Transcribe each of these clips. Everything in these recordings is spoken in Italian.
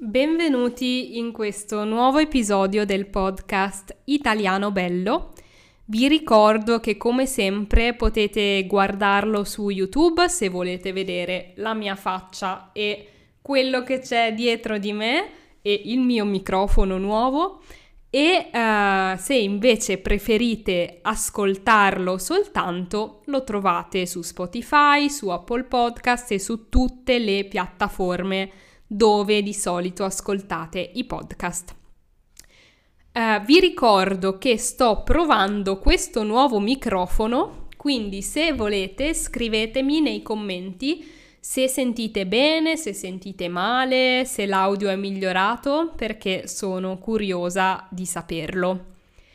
Benvenuti in questo nuovo episodio del podcast Italiano Bello. Vi ricordo che come sempre potete guardarlo su YouTube se volete vedere la mia faccia e quello che c'è dietro di me e il mio microfono nuovo e se invece preferite ascoltarlo soltanto lo trovate su Spotify, su Apple Podcast e su tutte le piattaforme dove di solito ascoltate i podcast. Vi ricordo che sto provando questo nuovo microfono, quindi se volete scrivetemi nei commenti se sentite bene, se sentite male, se l'audio è migliorato, perché sono curiosa di saperlo.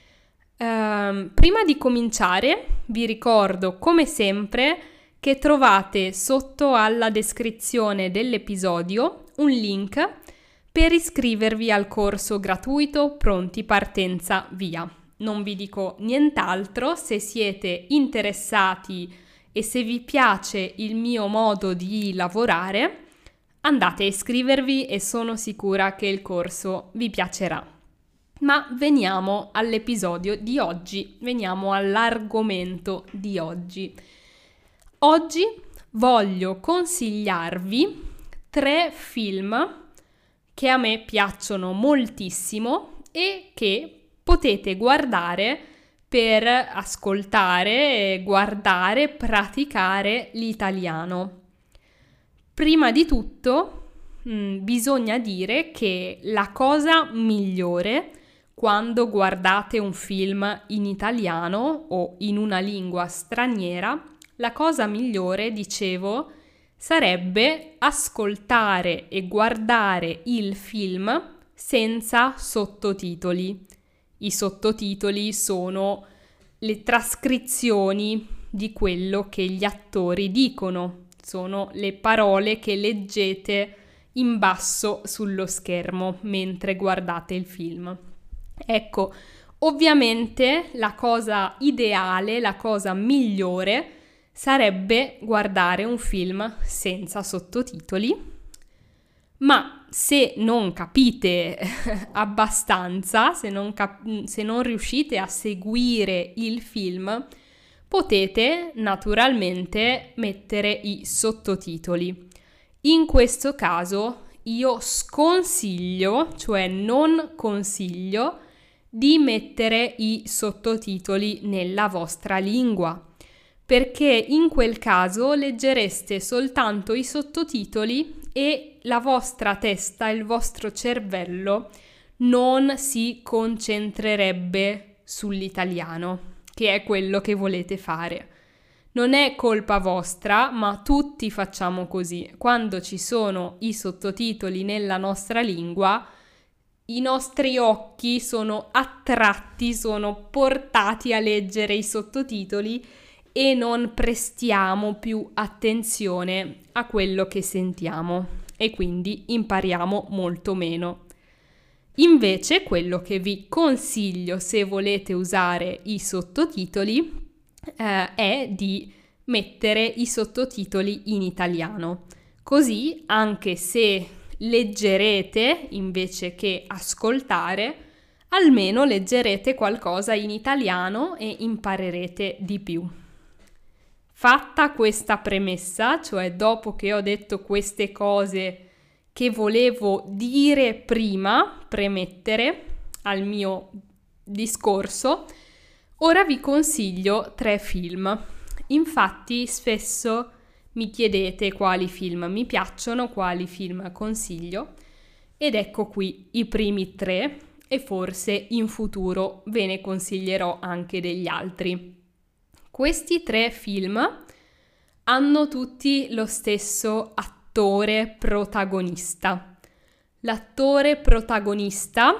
Prima di cominciare vi ricordo come sempre che trovate sotto alla descrizione dell'episodio un link per iscrivervi al corso gratuito Pronti Partenza Via. Non vi dico nient'altro, se siete interessati e se vi piace il mio modo di lavorare, andate a iscrivervi e sono sicura che il corso vi piacerà. Ma veniamo all'episodio di oggi, veniamo all'argomento di oggi. Oggi voglio consigliarvi 3 film che a me piacciono moltissimo e che potete guardare per ascoltare, guardare, praticare l'italiano. Prima di tutto, bisogna dire che la cosa migliore quando guardate un film in italiano o in una lingua straniera, la cosa migliore, dicevo, sarebbe ascoltare e guardare il film senza sottotitoli. I sottotitoli sono le trascrizioni di quello che gli attori dicono, sono le parole che leggete in basso sullo schermo mentre guardate il film. Ecco, ovviamente la cosa ideale, la cosa migliore sarebbe guardare un film senza sottotitoli, ma se non capite abbastanza, se non riuscite a seguire il film, potete naturalmente mettere i sottotitoli. In questo caso io sconsiglio, cioè non consiglio, di mettere i sottotitoli nella vostra lingua, perché in quel caso leggereste soltanto i sottotitoli e la vostra testa, il vostro cervello non si concentrerebbe sull'italiano, che è quello che volete fare. Non è colpa vostra, ma tutti facciamo così. Quando ci sono i sottotitoli nella nostra lingua, i nostri occhi sono attratti, sono portati a leggere i sottotitoli e non prestiamo più attenzione a quello che sentiamo e quindi impariamo molto meno. Invece quello che vi consiglio se volete usare i sottotitoli è di mettere i sottotitoli in italiano. Così anche se leggerete invece che ascoltare, almeno leggerete qualcosa in italiano e imparerete di più. Fatta questa premessa, cioè dopo che ho detto queste cose che volevo dire prima, premettere al mio discorso, ora vi consiglio 3 film. Infatti spesso mi chiedete quali film mi piacciono, quali film consiglio, ed ecco qui i primi 3 e forse in futuro ve ne consiglierò anche degli altri. Questi 3 film hanno tutti lo stesso attore protagonista. L'attore protagonista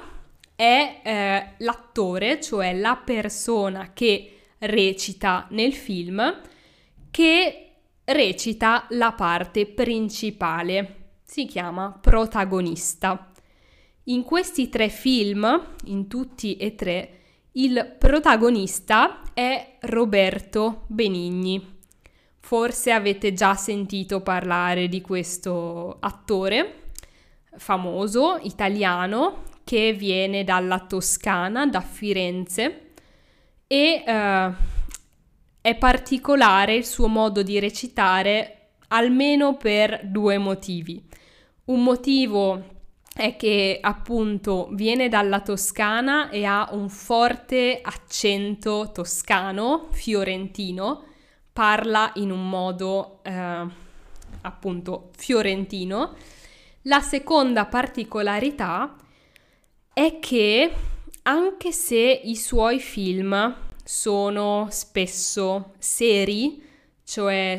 è l'attore, cioè la persona che recita nel film, che recita la parte principale. Si chiama protagonista. In questi 3 film, in tutti e 3, il protagonista è Roberto Benigni. Forse avete già sentito parlare di questo attore. famoso italiano che viene dalla Toscana, da Firenze, e è particolare il suo modo di recitare almeno per due motivi. Un motivo è che appunto viene dalla Toscana e ha un forte accento toscano, fiorentino, parla in un modo appunto fiorentino. La seconda particolarità è che anche se i suoi film sono spesso seri, cioè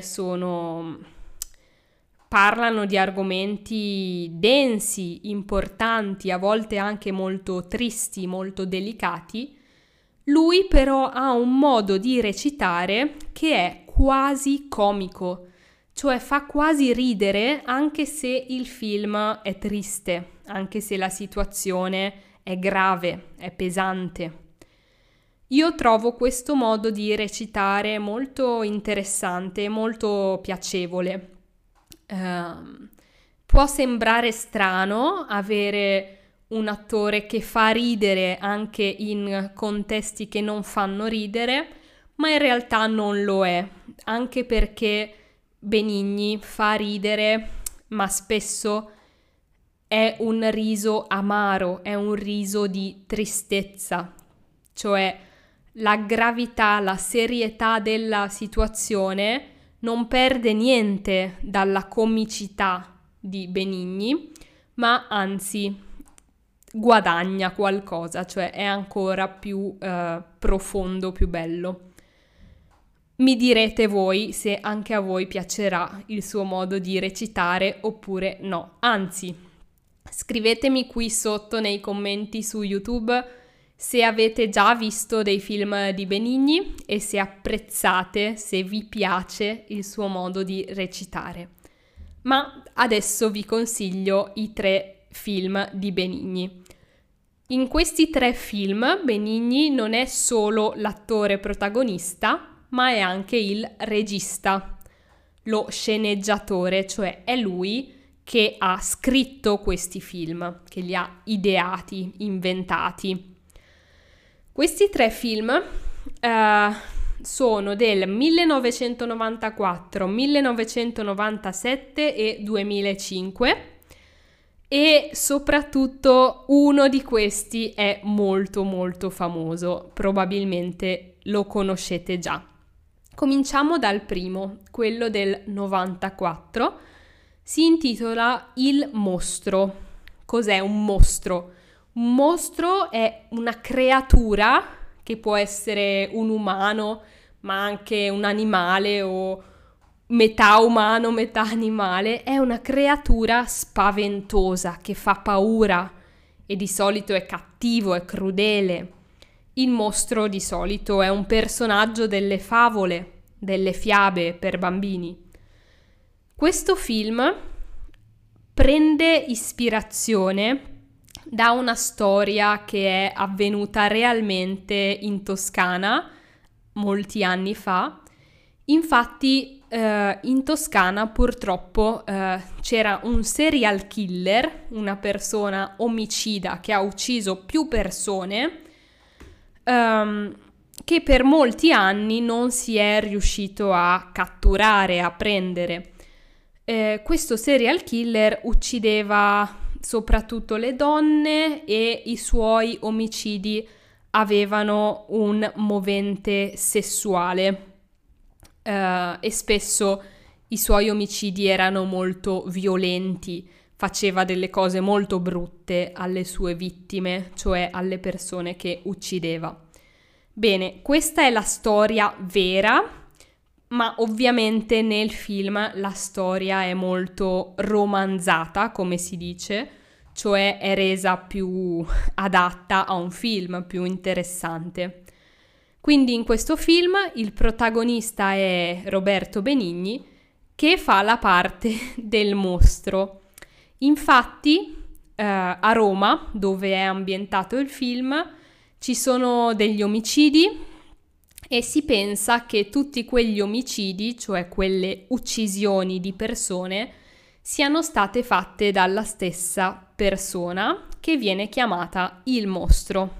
parlano di argomenti densi, importanti, a volte anche molto tristi, molto delicati, lui però ha un modo di recitare che è quasi comico, cioè fa quasi ridere anche se il film è triste, anche se la situazione è grave, è pesante. Io trovo questo modo di recitare molto interessante, molto piacevole. Può sembrare strano avere un attore che fa ridere anche in contesti che non fanno ridere, ma in realtà non lo è, anche perché Benigni fa ridere, ma spesso è un riso amaro, è un riso di tristezza, cioè la gravità, la serietà della situazione non perde niente dalla comicità di Benigni, ma anzi guadagna qualcosa, cioè è ancora più profondo, più bello. Mi direte voi se anche a voi piacerà il suo modo di recitare oppure no. Anzi, scrivetemi qui sotto nei commenti su YouTube se avete già visto dei film di Benigni e se apprezzate, se vi piace il suo modo di recitare. Ma adesso vi consiglio i 3 film di Benigni. In questi 3 film Benigni non è solo l'attore protagonista, ma è anche il regista, lo sceneggiatore, cioè è lui che ha scritto questi film, che li ha ideati, inventati. Questi 3 film sono del 1994, 1997 e 2005 e soprattutto uno di questi è molto molto famoso, probabilmente lo conoscete già. Cominciamo dal primo, quello del 94, si intitola Il mostro. Cos'è un mostro? Un mostro è una creatura che può essere un umano, ma anche un animale o metà umano, metà animale. È una creatura spaventosa che fa paura e di solito è cattivo, è crudele. Il mostro di solito è un personaggio delle favole, delle fiabe per bambini. Questo film prende ispirazione da una storia che è avvenuta realmente in Toscana molti anni fa. Infatti in Toscana purtroppo c'era un serial killer, una persona omicida che ha ucciso più persone, che per molti anni non si è riuscito a catturare, a prendere. Questo serial killer uccideva soprattutto le donne e i suoi omicidi avevano un movente sessuale e spesso i suoi omicidi erano molto violenti, faceva delle cose molto brutte alle sue vittime, cioè alle persone che uccideva. Bene, questa è la storia vera, ma ovviamente nel film la storia è molto romanzata, come si dice, cioè è resa più adatta a un film, più interessante. Quindi in questo film il protagonista è Roberto Benigni, che fa la parte del mostro. Infatti a Roma, dove è ambientato il film, ci sono degli omicidi e si pensa che tutti quegli omicidi, cioè quelle uccisioni di persone, siano state fatte dalla stessa persona che viene chiamata il mostro.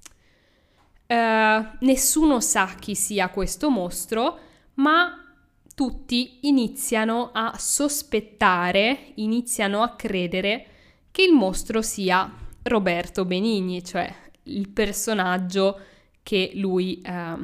Nessuno sa chi sia questo mostro, ma tutti iniziano a sospettare, iniziano a credere che il mostro sia Roberto Benigni, cioè il personaggio che lui,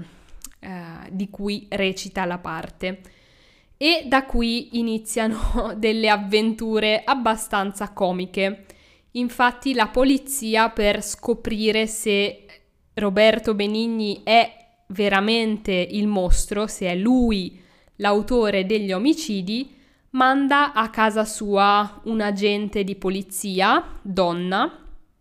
di cui recita la parte. E da qui iniziano delle avventure abbastanza comiche. Infatti la polizia, per scoprire se Roberto Benigni è veramente il mostro, se è lui l'autore degli omicidi, manda a casa sua un agente di polizia, donna,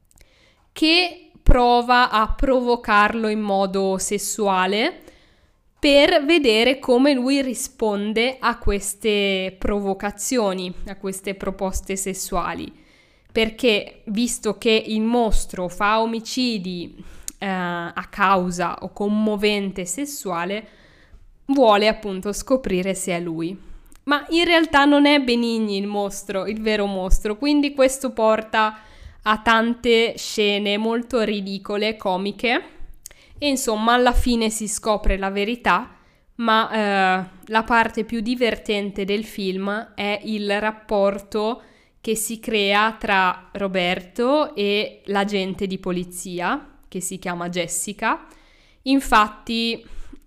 che prova a provocarlo in modo sessuale per vedere come lui risponde a queste provocazioni, a queste proposte sessuali. Perché, visto che il mostro fa omicidi a causa o commovente sessuale, vuole appunto scoprire se è lui. Ma in realtà non è Benigni il mostro, il vero mostro, quindi questo porta a tante scene molto ridicole, comiche, e insomma alla fine si scopre la verità, ma la parte più divertente del film è il rapporto che si crea tra Roberto e l'agente di polizia, che si chiama Jessica. Infatti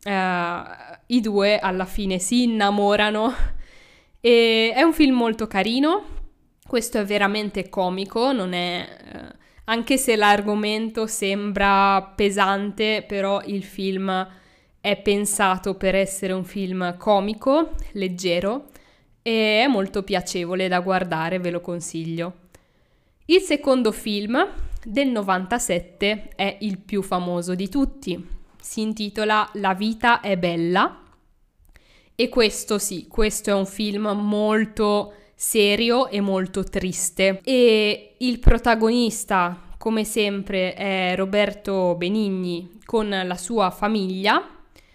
i due alla fine si innamorano e è un film molto carino. Questo è veramente comico, non è, anche se l'argomento sembra pesante, però il film è pensato per essere un film comico, leggero, e è molto piacevole da guardare, ve lo consiglio. Il secondo film del 97 è il più famoso di tutti. Si intitola La vita è bella e questo è un film molto serio e molto triste. E il protagonista, come sempre, è Roberto Benigni con la sua famiglia.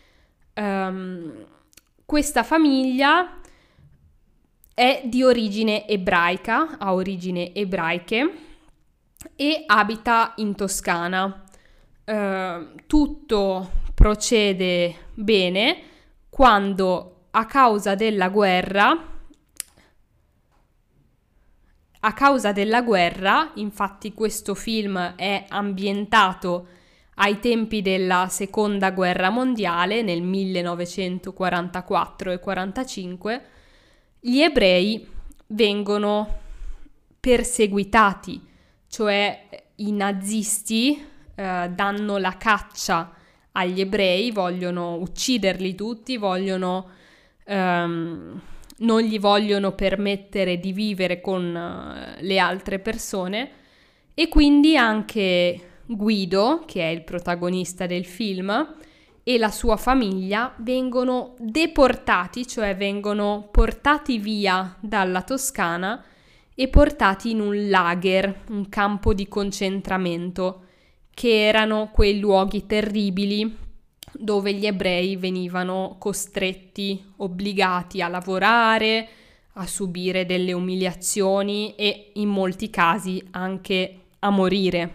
Questa famiglia è di origine ebraica, ha origini ebraiche e abita in Toscana. Tutto procede bene quando a causa della guerra, infatti questo film è ambientato ai tempi della Seconda Guerra Mondiale, nel 1944 e 45, gli ebrei vengono perseguitati, cioè i nazisti danno la caccia agli ebrei, vogliono ucciderli tutti, non gli vogliono permettere di vivere con le altre persone, e quindi anche Guido, che è il protagonista del film, e la sua famiglia vengono deportati, cioè vengono portati via dalla Toscana e portati in un lager, un campo di concentramento, che erano quei luoghi terribili dove gli ebrei venivano costretti, obbligati a lavorare, a subire delle umiliazioni e in molti casi anche a morire.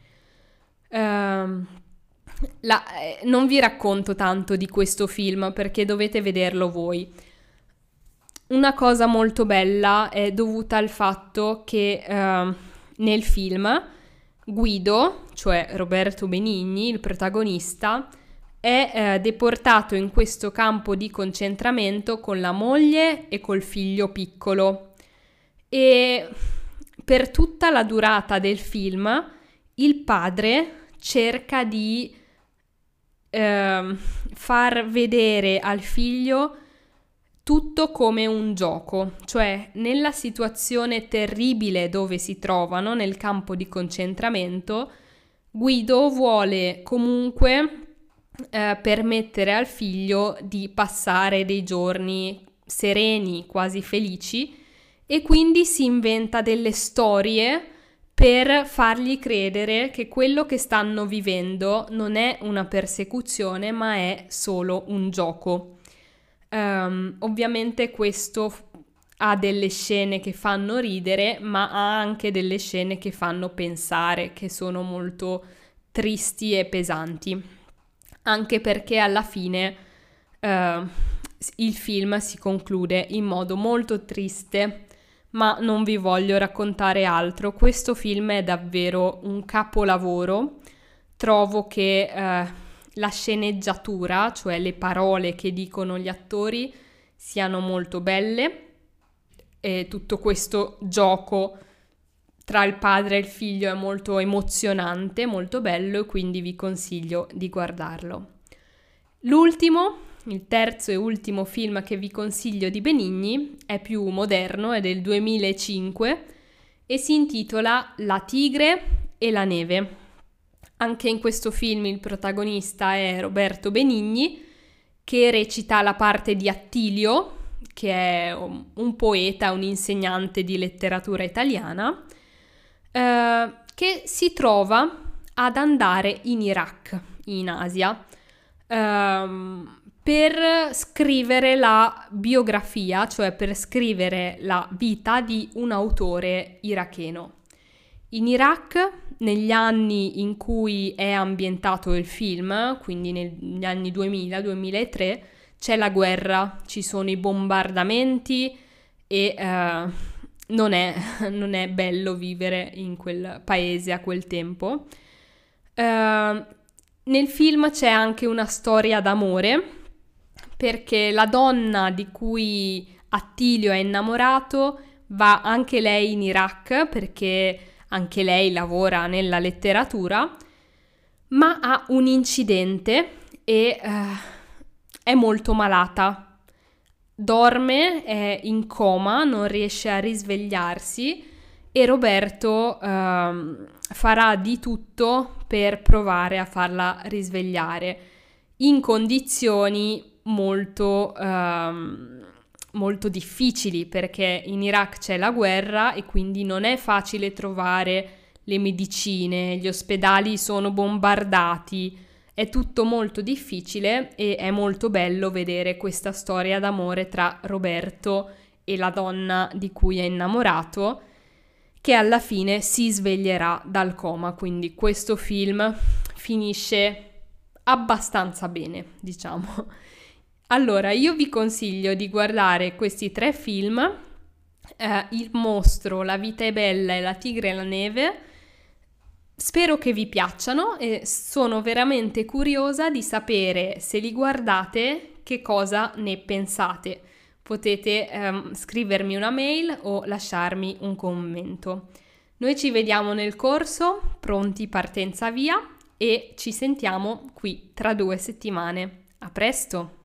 Non vi racconto tanto di questo film perché dovete vederlo voi. Una cosa molto bella è dovuta al fatto che nel film Guido, cioè Roberto Benigni, il protagonista, è deportato in questo campo di concentramento con la moglie e col figlio piccolo, e per tutta la durata del film il padre cerca di far vedere al figlio tutto come un gioco, cioè nella situazione terribile dove si trovano nel campo di concentramento, Guido vuole comunque permettere al figlio di passare dei giorni sereni, quasi felici, e quindi si inventa delle storie per fargli credere che quello che stanno vivendo non è una persecuzione, ma è solo un gioco. Ovviamente questo ha delle scene che fanno ridere, ma ha anche delle scene che fanno pensare, che sono molto tristi e pesanti. Anche perché alla fine il film si conclude in modo molto triste, ma non vi voglio raccontare altro. Questo film è davvero un capolavoro. Trovo che la sceneggiatura, cioè le parole che dicono gli attori, siano molto belle, e tutto questo gioco tra il padre e il figlio è molto emozionante, molto bello, e quindi vi consiglio di guardarlo. L'ultimo, il terzo e ultimo film che vi consiglio di Benigni è più moderno, è del 2005 e si intitola La tigre e la neve. Anche in questo film il protagonista è Roberto Benigni, che recita la parte di Attilio, che è un poeta, un insegnante di letteratura italiana, che si trova ad andare in Iraq, in Asia, per scrivere la biografia, cioè per scrivere la vita di un autore iracheno. In Iraq, negli anni in cui è ambientato il film, quindi negli anni 2000-2003, c'è la guerra, ci sono i bombardamenti e non è bello vivere in quel paese a quel tempo. Nel film c'è anche una storia d'amore, perché la donna di cui Attilio è innamorato va anche lei in Iraq, perché anche lei lavora nella letteratura, ma ha un incidente e è molto malata. Dorme, è in coma, non riesce a risvegliarsi e Roberto farà di tutto per provare a farla risvegliare in condizioni molto difficili, perché in Iraq c'è la guerra e quindi non è facile trovare le medicine, gli ospedali sono bombardati, è tutto molto difficile e è molto bello vedere questa storia d'amore tra Roberto e la donna di cui è innamorato, che alla fine si sveglierà dal coma, quindi questo film finisce abbastanza bene, diciamo. Allora, io vi consiglio di guardare questi 3 film, Il mostro, La vita è bella e La tigre e la neve. Spero che vi piacciono e sono veramente curiosa di sapere, se li guardate, che cosa ne pensate. Potete scrivermi una mail o lasciarmi un commento. Noi ci vediamo nel corso, pronti partenza via, e ci sentiamo qui tra 2 settimane. A presto!